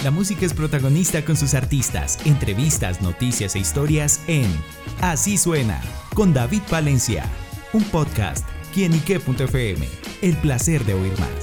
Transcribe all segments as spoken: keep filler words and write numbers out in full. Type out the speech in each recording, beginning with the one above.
La música es protagonista con sus artistas, entrevistas, noticias e historias en Así Suena, con David Valencia, un podcast, quienique punto efe eme, el placer de oír más.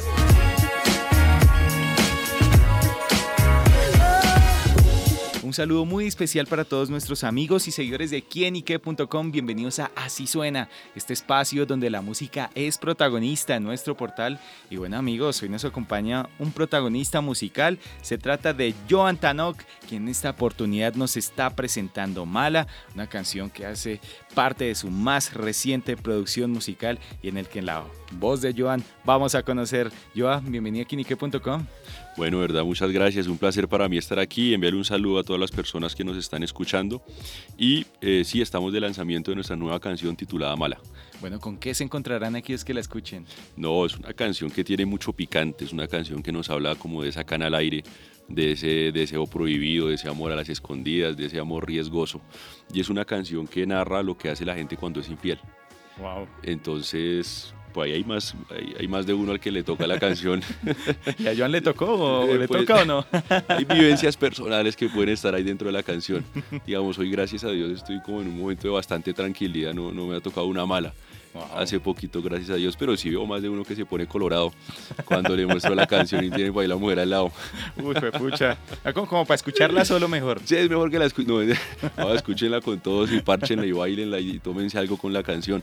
Un saludo muy especial para todos nuestros amigos y seguidores de quienique punto com. Bienvenidos a Así Suena, este espacio donde la música es protagonista en nuestro portal. Y bueno, amigos, hoy nos acompaña un protagonista musical. Se trata de Joan Tanoch, quien en esta oportunidad nos está presentando Mala, una canción que hace parte de su más reciente producción musical y en el que en la voz de Joan vamos a conocer. Joan, bienvenido a quienique punto com. Bueno, verdad, muchas gracias. Un placer para mí estar aquí, enviarle un saludo a todas las personas que nos están escuchando. Y eh, sí, estamos de lanzamiento de nuestra nueva canción titulada Mala. Bueno, ¿con qué se encontrarán aquellos que la escuchen? No, es una canción que tiene mucho picante, es una canción que nos habla como de esa cana al aire, de ese deseo prohibido, de ese amor a las escondidas, de ese amor riesgoso. Y es una canción que narra lo que hace la gente cuando es infiel. Wow. Entonces, pues ahí hay más, hay, hay más de uno al que le toca la canción. ¿Y a Joan le tocó o eh, le pues, toca o no? Hay vivencias personales que pueden estar ahí dentro de la canción. Digamos, hoy gracias a Dios estoy como en un momento de bastante tranquilidad, no, no me ha tocado una mala. Wow. Hace poquito, gracias a Dios, pero sí veo más de uno que se pone colorado cuando le muestro la canción y tiene para ahí la mujer al lado. Uy, fue pucha. Como, como para escucharla solo mejor. Sí, es mejor que la escuchen. No, escúchenla con todos y párchenla y bailenla y tómense algo con la canción.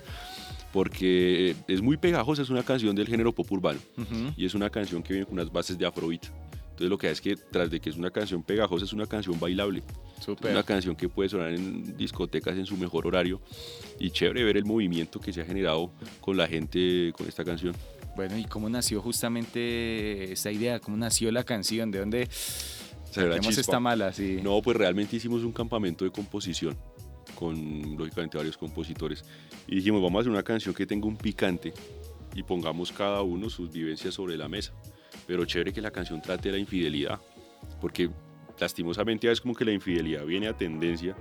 Porque es muy pegajosa, es una canción del género pop urbano. Uh-huh. Y es una canción que viene con unas bases de afrobeat. Entonces lo que hace es que tras de que es una canción pegajosa, es una canción bailable. Super. Es una canción que puede sonar en discotecas en su mejor horario. Y chévere ver el movimiento que se ha generado con la gente con esta canción. Bueno, ¿y cómo nació justamente esa idea? ¿Cómo nació la canción? ¿De dónde tenemos esta Mala? Sí. No, pues realmente hicimos un campamento de composición con, lógicamente, varios compositores. Y dijimos, vamos a hacer una canción que tenga un picante y pongamos cada uno sus vivencias sobre la mesa. Pero chévere que la canción trate de la infidelidad, porque lastimosamente es como que la infidelidad viene a tendencia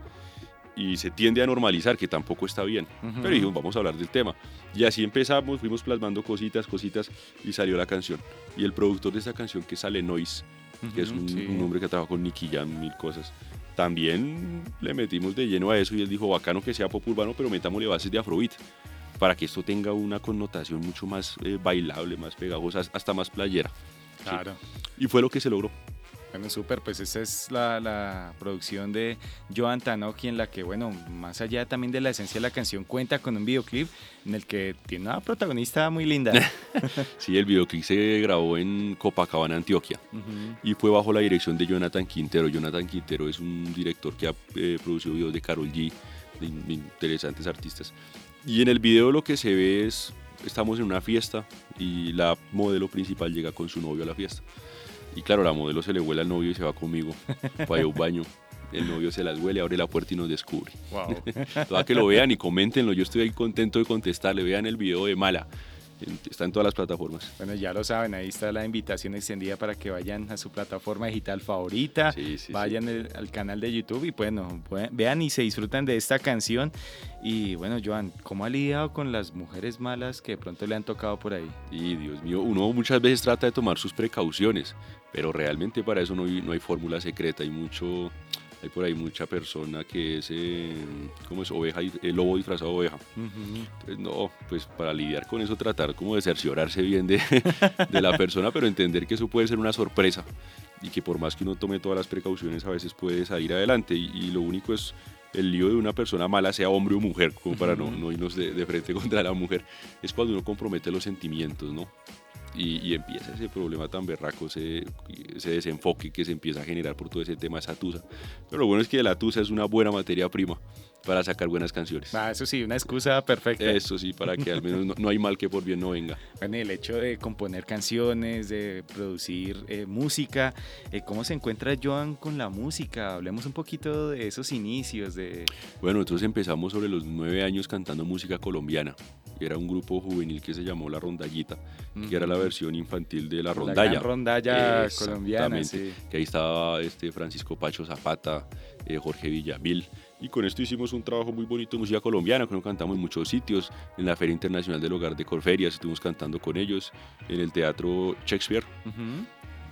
y se tiende a normalizar, que tampoco está bien. Uh-huh. Pero dijimos, vamos a hablar del tema. Y así empezamos, fuimos plasmando cositas, cositas, y salió la canción. Y el productor de esta canción, que es Ale Noise, uh-huh, que es un, sí. un hombre que trabaja con Nicky Jam, mil cosas, también le metimos de lleno a eso y él dijo, bacano que sea pop urbano, pero metámosle bases de afrobeat, para que esto tenga una connotación mucho más eh, bailable, más pegajosa, hasta más playera. Claro. Sí. Y fue lo que se logró. Bueno, súper, pues esa es la, la producción de Joan Tanoch, en la que, bueno, más allá también de la esencia de la canción, cuenta con un videoclip en el que tiene una protagonista muy linda. Sí, el videoclip se grabó en Copacabana, Antioquia, uh-huh. y fue bajo la dirección de Jonathan Quintero. Jonathan Quintero es un director que ha eh, producido videos de Karol G, de, de interesantes artistas. Y en el video lo que se ve es, estamos en una fiesta y la modelo principal llega con su novio a la fiesta. Y claro, la modelo se le huele al novio y se va conmigo para un baño. El novio se las huele, abre la puerta y nos descubre. Wow. Toda que lo vean y coméntenlo. Yo estoy ahí contento de contestarle. Vean el video de Mala. Está en todas las plataformas. Bueno, ya lo saben, ahí está la invitación extendida para que vayan a su plataforma digital favorita, sí, sí, vayan sí. El, al canal de YouTube y bueno, pueden, vean y se disfrutan de esta canción. Y bueno, Joan, ¿cómo ha lidiado con las mujeres malas que de pronto le han tocado por ahí? Y Dios mío, uno muchas veces trata de tomar sus precauciones, pero realmente para eso no hay, no hay fórmula secreta, hay mucho... Hay por ahí mucha persona que es, eh, ¿cómo es? Oveja, el lobo disfrazado de oveja. Uh-huh. Entonces, no, pues para lidiar con eso, tratar como de cerciorarse bien de, de la persona, pero entender que eso puede ser una sorpresa y que por más que uno tome todas las precauciones, a veces puede salir adelante. Y, y lo único es el lío de una persona mala, sea hombre o mujer, como para uh-huh. no, no irnos de, de frente contra la mujer, es cuando uno compromete los sentimientos, ¿no? Y, y empieza ese problema tan berraco, ese, ese desenfoque que se empieza a generar por todo ese tema de esa tusa. Pero lo bueno es que la tusa es una buena materia prima para sacar buenas canciones. Ah, eso sí, una excusa perfecta. Eso sí, para que al menos no, no hay mal que por bien no venga. Bueno, el hecho de componer canciones, de producir eh, música, eh, ¿cómo se encuentra Joan con la música? Hablemos un poquito de esos inicios. De... Bueno, nosotros empezamos sobre los nueve años cantando música colombiana. Era un grupo juvenil que se llamó La Rondallita, uh-huh. que era la versión infantil de La Rondalla. La gran rondalla colombiana, sí. Que ahí estaba este Francisco Pacho Zapata, eh, Jorge Villamil. Y con esto hicimos un trabajo muy bonito de música colombiana, que nos cantamos en muchos sitios, en la Feria Internacional del Hogar de Corferias, estuvimos cantando con ellos, en el Teatro Shakespeare. Uh-huh.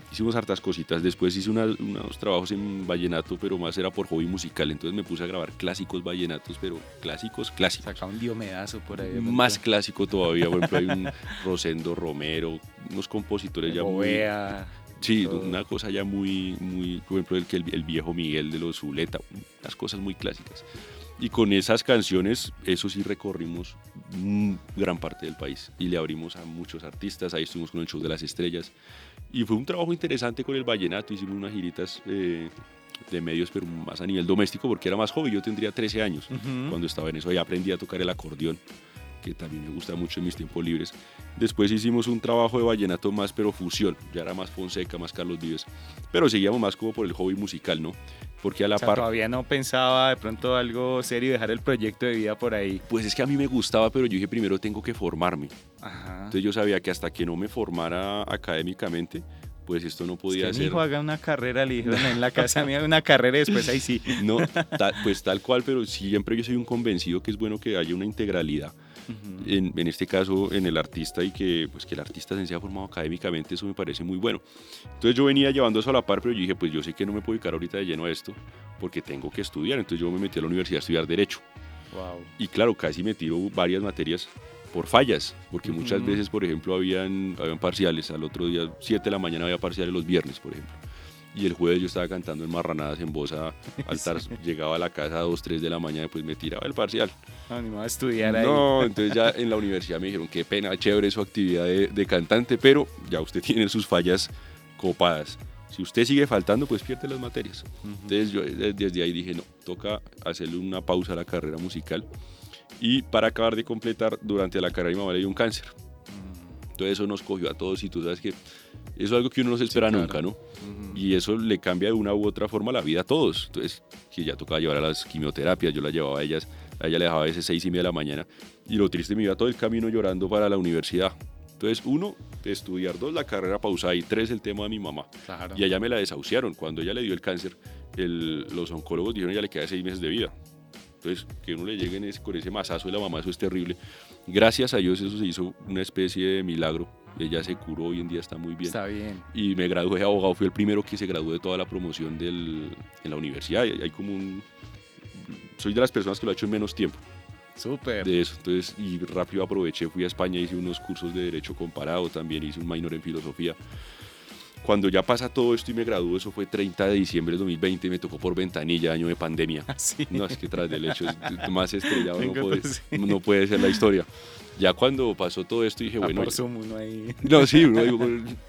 hicimos hartas cositas. Después hice una, unos trabajos en vallenato, pero más era por hobby musical. Entonces me puse a grabar clásicos vallenatos, pero clásicos, clásicos. Saca un diomedazo por ahí. Más clásico todavía. Por ejemplo, hay un Rosendo Romero, unos compositores ya Bovea, muy... Sí, todo. una cosa ya muy, muy, por ejemplo, el, que el, el viejo Miguel de los Zuleta, unas cosas muy clásicas. Y con esas canciones, eso sí recorrimos mm, gran parte del país y le abrimos a muchos artistas. Ahí estuvimos con el Show de las Estrellas y fue un trabajo interesante con el vallenato. Hicimos unas giritas eh, de medios, pero más a nivel doméstico porque era más joven. Yo tendría trece años Uh-huh. cuando estaba en eso. Ya aprendí a tocar el acordeón, que también me gusta mucho en mis tiempos libres. Después hicimos un trabajo de vallenato más, pero fusión. Ya era más Fonseca, más Carlos Vives. Pero seguíamos más como por el hobby musical, ¿no? Porque a la O sea, par... todavía no pensaba de pronto algo serio, dejar el proyecto de vida por ahí. Pues es que a mí me gustaba, pero yo dije primero tengo que formarme. Ajá. Entonces yo sabía que hasta que no me formara académicamente, pues esto no podía Usted, ser. hijo, haga una carrera, le dijeron en la casa mía, una carrera y después ahí sí. No, ta- pues tal cual, pero siempre yo soy un convencido que es bueno que haya una integralidad. Uh-huh. En, en este caso en el artista y que, pues, que el artista se sea formado académicamente, eso me parece muy bueno. Entonces yo venía llevando eso a la par, pero yo dije, pues yo sé que no me puedo dedicar ahorita de lleno a esto porque tengo que estudiar. Entonces yo me metí a la universidad a estudiar Derecho. Wow. Y claro, casi me tiro varias materias por fallas, porque Ujú. muchas veces, por ejemplo, habían, habían parciales. Al otro día, siete de la mañana, había parciales los viernes, por ejemplo. Y el jueves yo estaba cantando en marranadas en voz a altar. Sí. Llegaba a la casa a dos, tres de la mañana y pues me tiraba el parcial. No, ni me voy a estudiar ahí. No, entonces ya en la universidad me dijeron, qué pena, chévere su actividad de, de cantante, pero ya usted tiene sus fallas copadas. Si usted sigue faltando, pues pierde las materias. Uh-huh. Entonces yo desde ahí dije, no, toca hacerle una pausa a la carrera musical. Y para acabar de completar, durante la carrera mi mamá le dio un cáncer. Entonces eso nos cogió a todos y tú sabes que eso es algo que uno no se espera, sí, claro, nunca, ¿no? Uh-huh. Y eso le cambia de una u otra forma la vida a todos. Entonces, que ya tocaba llevar a las quimioterapias, yo las llevaba a ellas, a ella le dejaba a veces seis y media de la mañana. Y lo triste, me iba todo el camino llorando para la universidad. Entonces, uno, estudiar, dos, la carrera pausada y tres, el tema de mi mamá. Claro. Y a ella me la desahuciaron. Cuando ella le dio el cáncer, el, los oncólogos dijeron que ya le queda seis meses de vida. Entonces, que uno le llegue ese, con ese mazazo de la mamá, eso es terrible. Gracias a Dios eso se hizo una especie de milagro. Ella se curó, hoy en día está muy bien. Está bien. Y me gradué de abogado, fui el primero que se graduó de toda la promoción del, en la universidad. Y hay como un... Soy de las personas que lo ha hecho en menos tiempo. Súper. De eso, entonces, y rápido aproveché, fui a España, hice unos cursos de Derecho Comparado, también hice un minor en Filosofía. Cuando ya pasa todo esto y me gradúo, eso fue treinta de diciembre de dos mil veinte, me tocó por ventanilla, año de pandemia. ¿Sí? No, es que tras del hecho es más estrellado, no puede, sí. no puede ser la historia. Ya cuando pasó todo esto dije, ah, bueno... por Zoom uno ahí... No, sí, uno digo...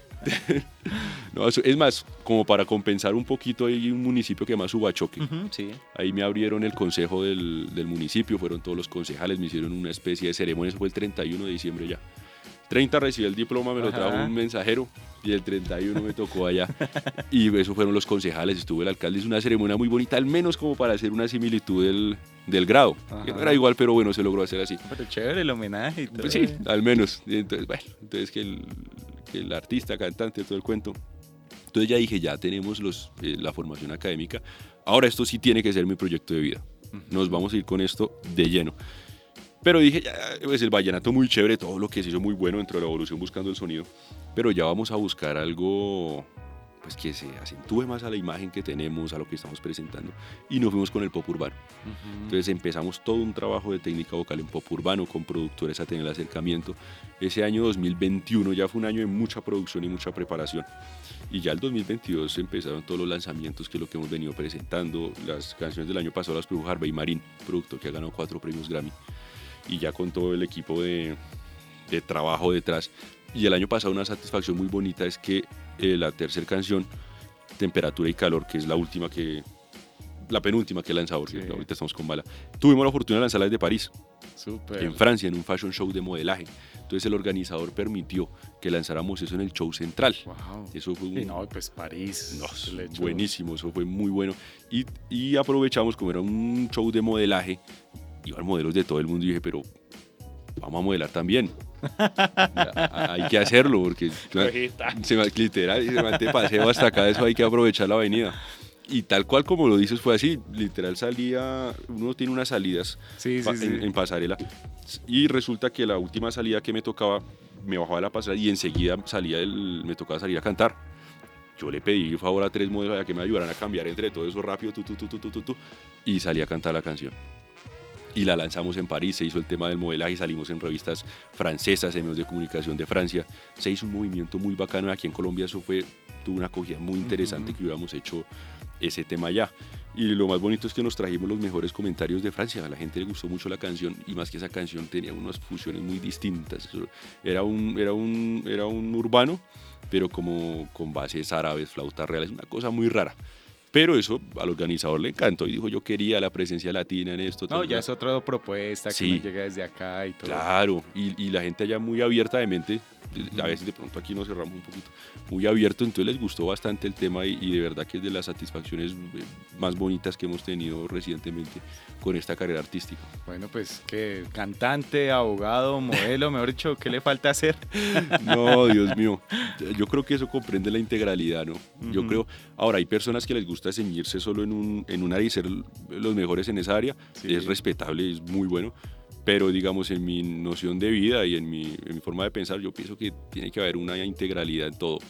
No, es más, como para compensar un poquito, hay un municipio que se llama Subachoque. Uh-huh, sí. Ahí me abrieron el consejo del, del municipio, fueron todos los concejales, me hicieron una especie de ceremonia, eso fue el treinta y uno de diciembre ya. treinta recibí el diploma, me lo trajo un mensajero y el treinta y uno me tocó allá. Y eso fueron los concejales, estuvo el alcalde, es una ceremonia muy bonita, al menos como para hacer una similitud del, del grado. Ajá. Que no era igual, pero bueno, se logró hacer así. Pero chévere el homenaje y todo. Pues sí, al menos. Y entonces, bueno, entonces que el, que el artista, cantante, todo el cuento. Entonces ya dije, ya tenemos los, eh, la formación académica. Ahora esto sí tiene que ser mi proyecto de vida. Nos vamos a ir con esto de lleno. Pero dije, ya, pues el vallenato muy chévere, todo lo que se hizo muy bueno dentro de la evolución buscando el sonido. Pero ya vamos a buscar algo pues, que se acentúe más a la imagen que tenemos, a lo que estamos presentando. Y nos fuimos con el pop urbano. Uh-huh. Entonces empezamos todo un trabajo de técnica vocal en pop urbano, con productores a tener el acercamiento. Ese año dos mil veintiuno ya fue un año de mucha producción y mucha preparación. Y ya el dos mil veintidós empezaron todos los lanzamientos, que es lo que hemos venido presentando. Las canciones del año pasado las produjo Harvey Marín, productor que ha ganado cuatro premios Grammy. Y ya con todo el equipo de, de trabajo detrás. Y el año pasado una satisfacción muy bonita es que eh, la tercera canción, Temperatura y Calor, que es la última que, la penúltima que he lanzado, porque sí. ahorita estamos con Bala, tuvimos la oportunidad de lanzarla desde París, Súper. en Francia, en un fashion show de modelaje. Entonces el organizador permitió que lanzáramos eso en el show central. Wow. Eso fue un... Y no, pues París. No, buenísimo, eso fue muy bueno. Y, y aprovechamos, como era un show de modelaje, iban modelos de todo el mundo y dije, pero vamos a modelar también. Hay que hacerlo porque se me, literal, se me paseo hasta acá, eso hay que aprovechar la avenida. Y tal cual como lo dices fue así, literal salía, uno tiene unas salidas sí, sí, pa, sí. En, en pasarela y resulta que la última salida que me tocaba, me bajaba de la pasarela y enseguida salía el, me tocaba salir a cantar. yo le pedí favor a tres modelos a que me ayudaran a cambiar entre todo eso rápido, tu, tu, tu, tu, tu, tu, tu, y salí a cantar la canción. Y la lanzamos en París, se hizo el tema del modelaje, salimos en revistas francesas, en medios de comunicación de Francia, se hizo un movimiento muy bacano, aquí en Colombia eso fue, tuvo una acogida muy interesante, uh-huh. que hubiéramos hecho ese tema allá. Y lo más bonito es que nos trajimos los mejores comentarios de Francia, a la gente le gustó mucho la canción, y más que esa canción tenía unas fusiones muy distintas, era un, era un, era un urbano, pero como con bases árabes, flautas reales, una cosa muy rara. Pero eso al organizador le encantó y dijo, yo quería la presencia latina en esto. No, ya es otra propuesta que sí, no llega desde acá y todo. Claro, y, y la gente allá muy abierta de mente, a veces de pronto aquí nos cerramos un poquito, muy abierto, entonces les gustó bastante el tema y, y de verdad que es de las satisfacciones más bonitas que hemos tenido recientemente con esta carrera artística. Bueno, pues que cantante, abogado, modelo, mejor dicho, ¿qué le falta hacer? No, Dios mío, yo creo que eso comprende la integralidad, ¿no? Uh-huh. Yo creo, ahora hay personas que les gusta ceñirse solo en un, en un área y ser los mejores en esa área, sí. Es respetable, es muy bueno. Pero digamos en mi noción de vida y en mi, en mi forma de pensar yo pienso que tiene que haber una integralidad en todo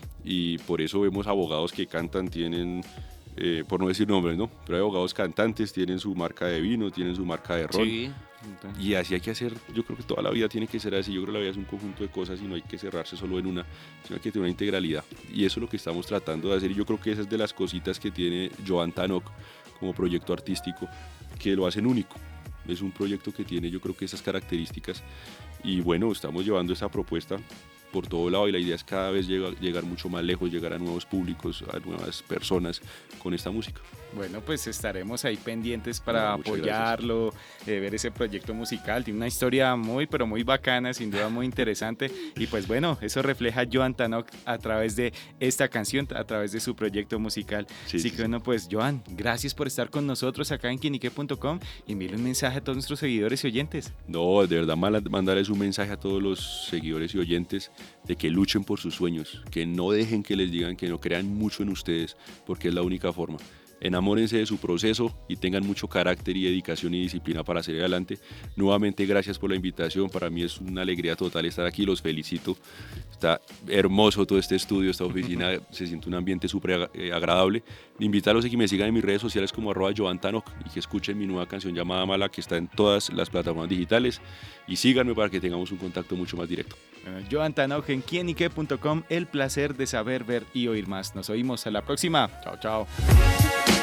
y por eso vemos abogados que cantan, tienen, eh, por no decir nombres, ¿no? Pero hay abogados cantantes, tienen su marca de vino, tienen su marca de ron, sí. Y así hay que hacer, yo creo que toda la vida tiene que ser así, yo creo que la vida es un conjunto de cosas y no hay que cerrarse solo en una, sino hay que tener una integralidad y eso es lo que estamos tratando de hacer y yo creo que esa es de las cositas que tiene Joan Tanoc como proyecto artístico que lo hacen único. Es un proyecto que tiene yo creo que esas características y bueno, estamos llevando esa propuesta por todo lado y la idea es cada vez llegar, llegar mucho más lejos, llegar a nuevos públicos, a nuevas personas con esta música. Bueno, pues estaremos ahí pendientes para no, apoyarlo, eh, ver ese proyecto musical. Tiene una historia muy, pero muy bacana, sin duda muy interesante. Y pues bueno, eso refleja Joan Tanoc a través de esta canción, a través de su proyecto musical. Sí, Así sí, que bueno, pues Joan, gracias por estar con nosotros acá en quienique punto com y envíale un mensaje a todos nuestros seguidores y oyentes. No, de verdad, mandarles un mensaje a todos los seguidores y oyentes de que luchen por sus sueños, que no dejen que les digan, que no crean mucho en ustedes, porque es la única forma. Enamórense de su proceso y tengan mucho carácter y dedicación y disciplina para seguir adelante. Nuevamente, gracias por la invitación. Para mí es una alegría total estar aquí. Los felicito. Está hermoso todo este estudio, esta oficina. Se siente un ambiente súper agradable. Invitarlos a que me sigan en mis redes sociales como arroba Joan Tanoc y que escuchen mi nueva canción llamada Mala, que está en todas las plataformas digitales. Y síganme para que tengamos un contacto mucho más directo. Bueno, Joan Tanoc en quienique punto com. El placer de saber, ver y oír más. Nos oímos a la próxima. Chao, chao.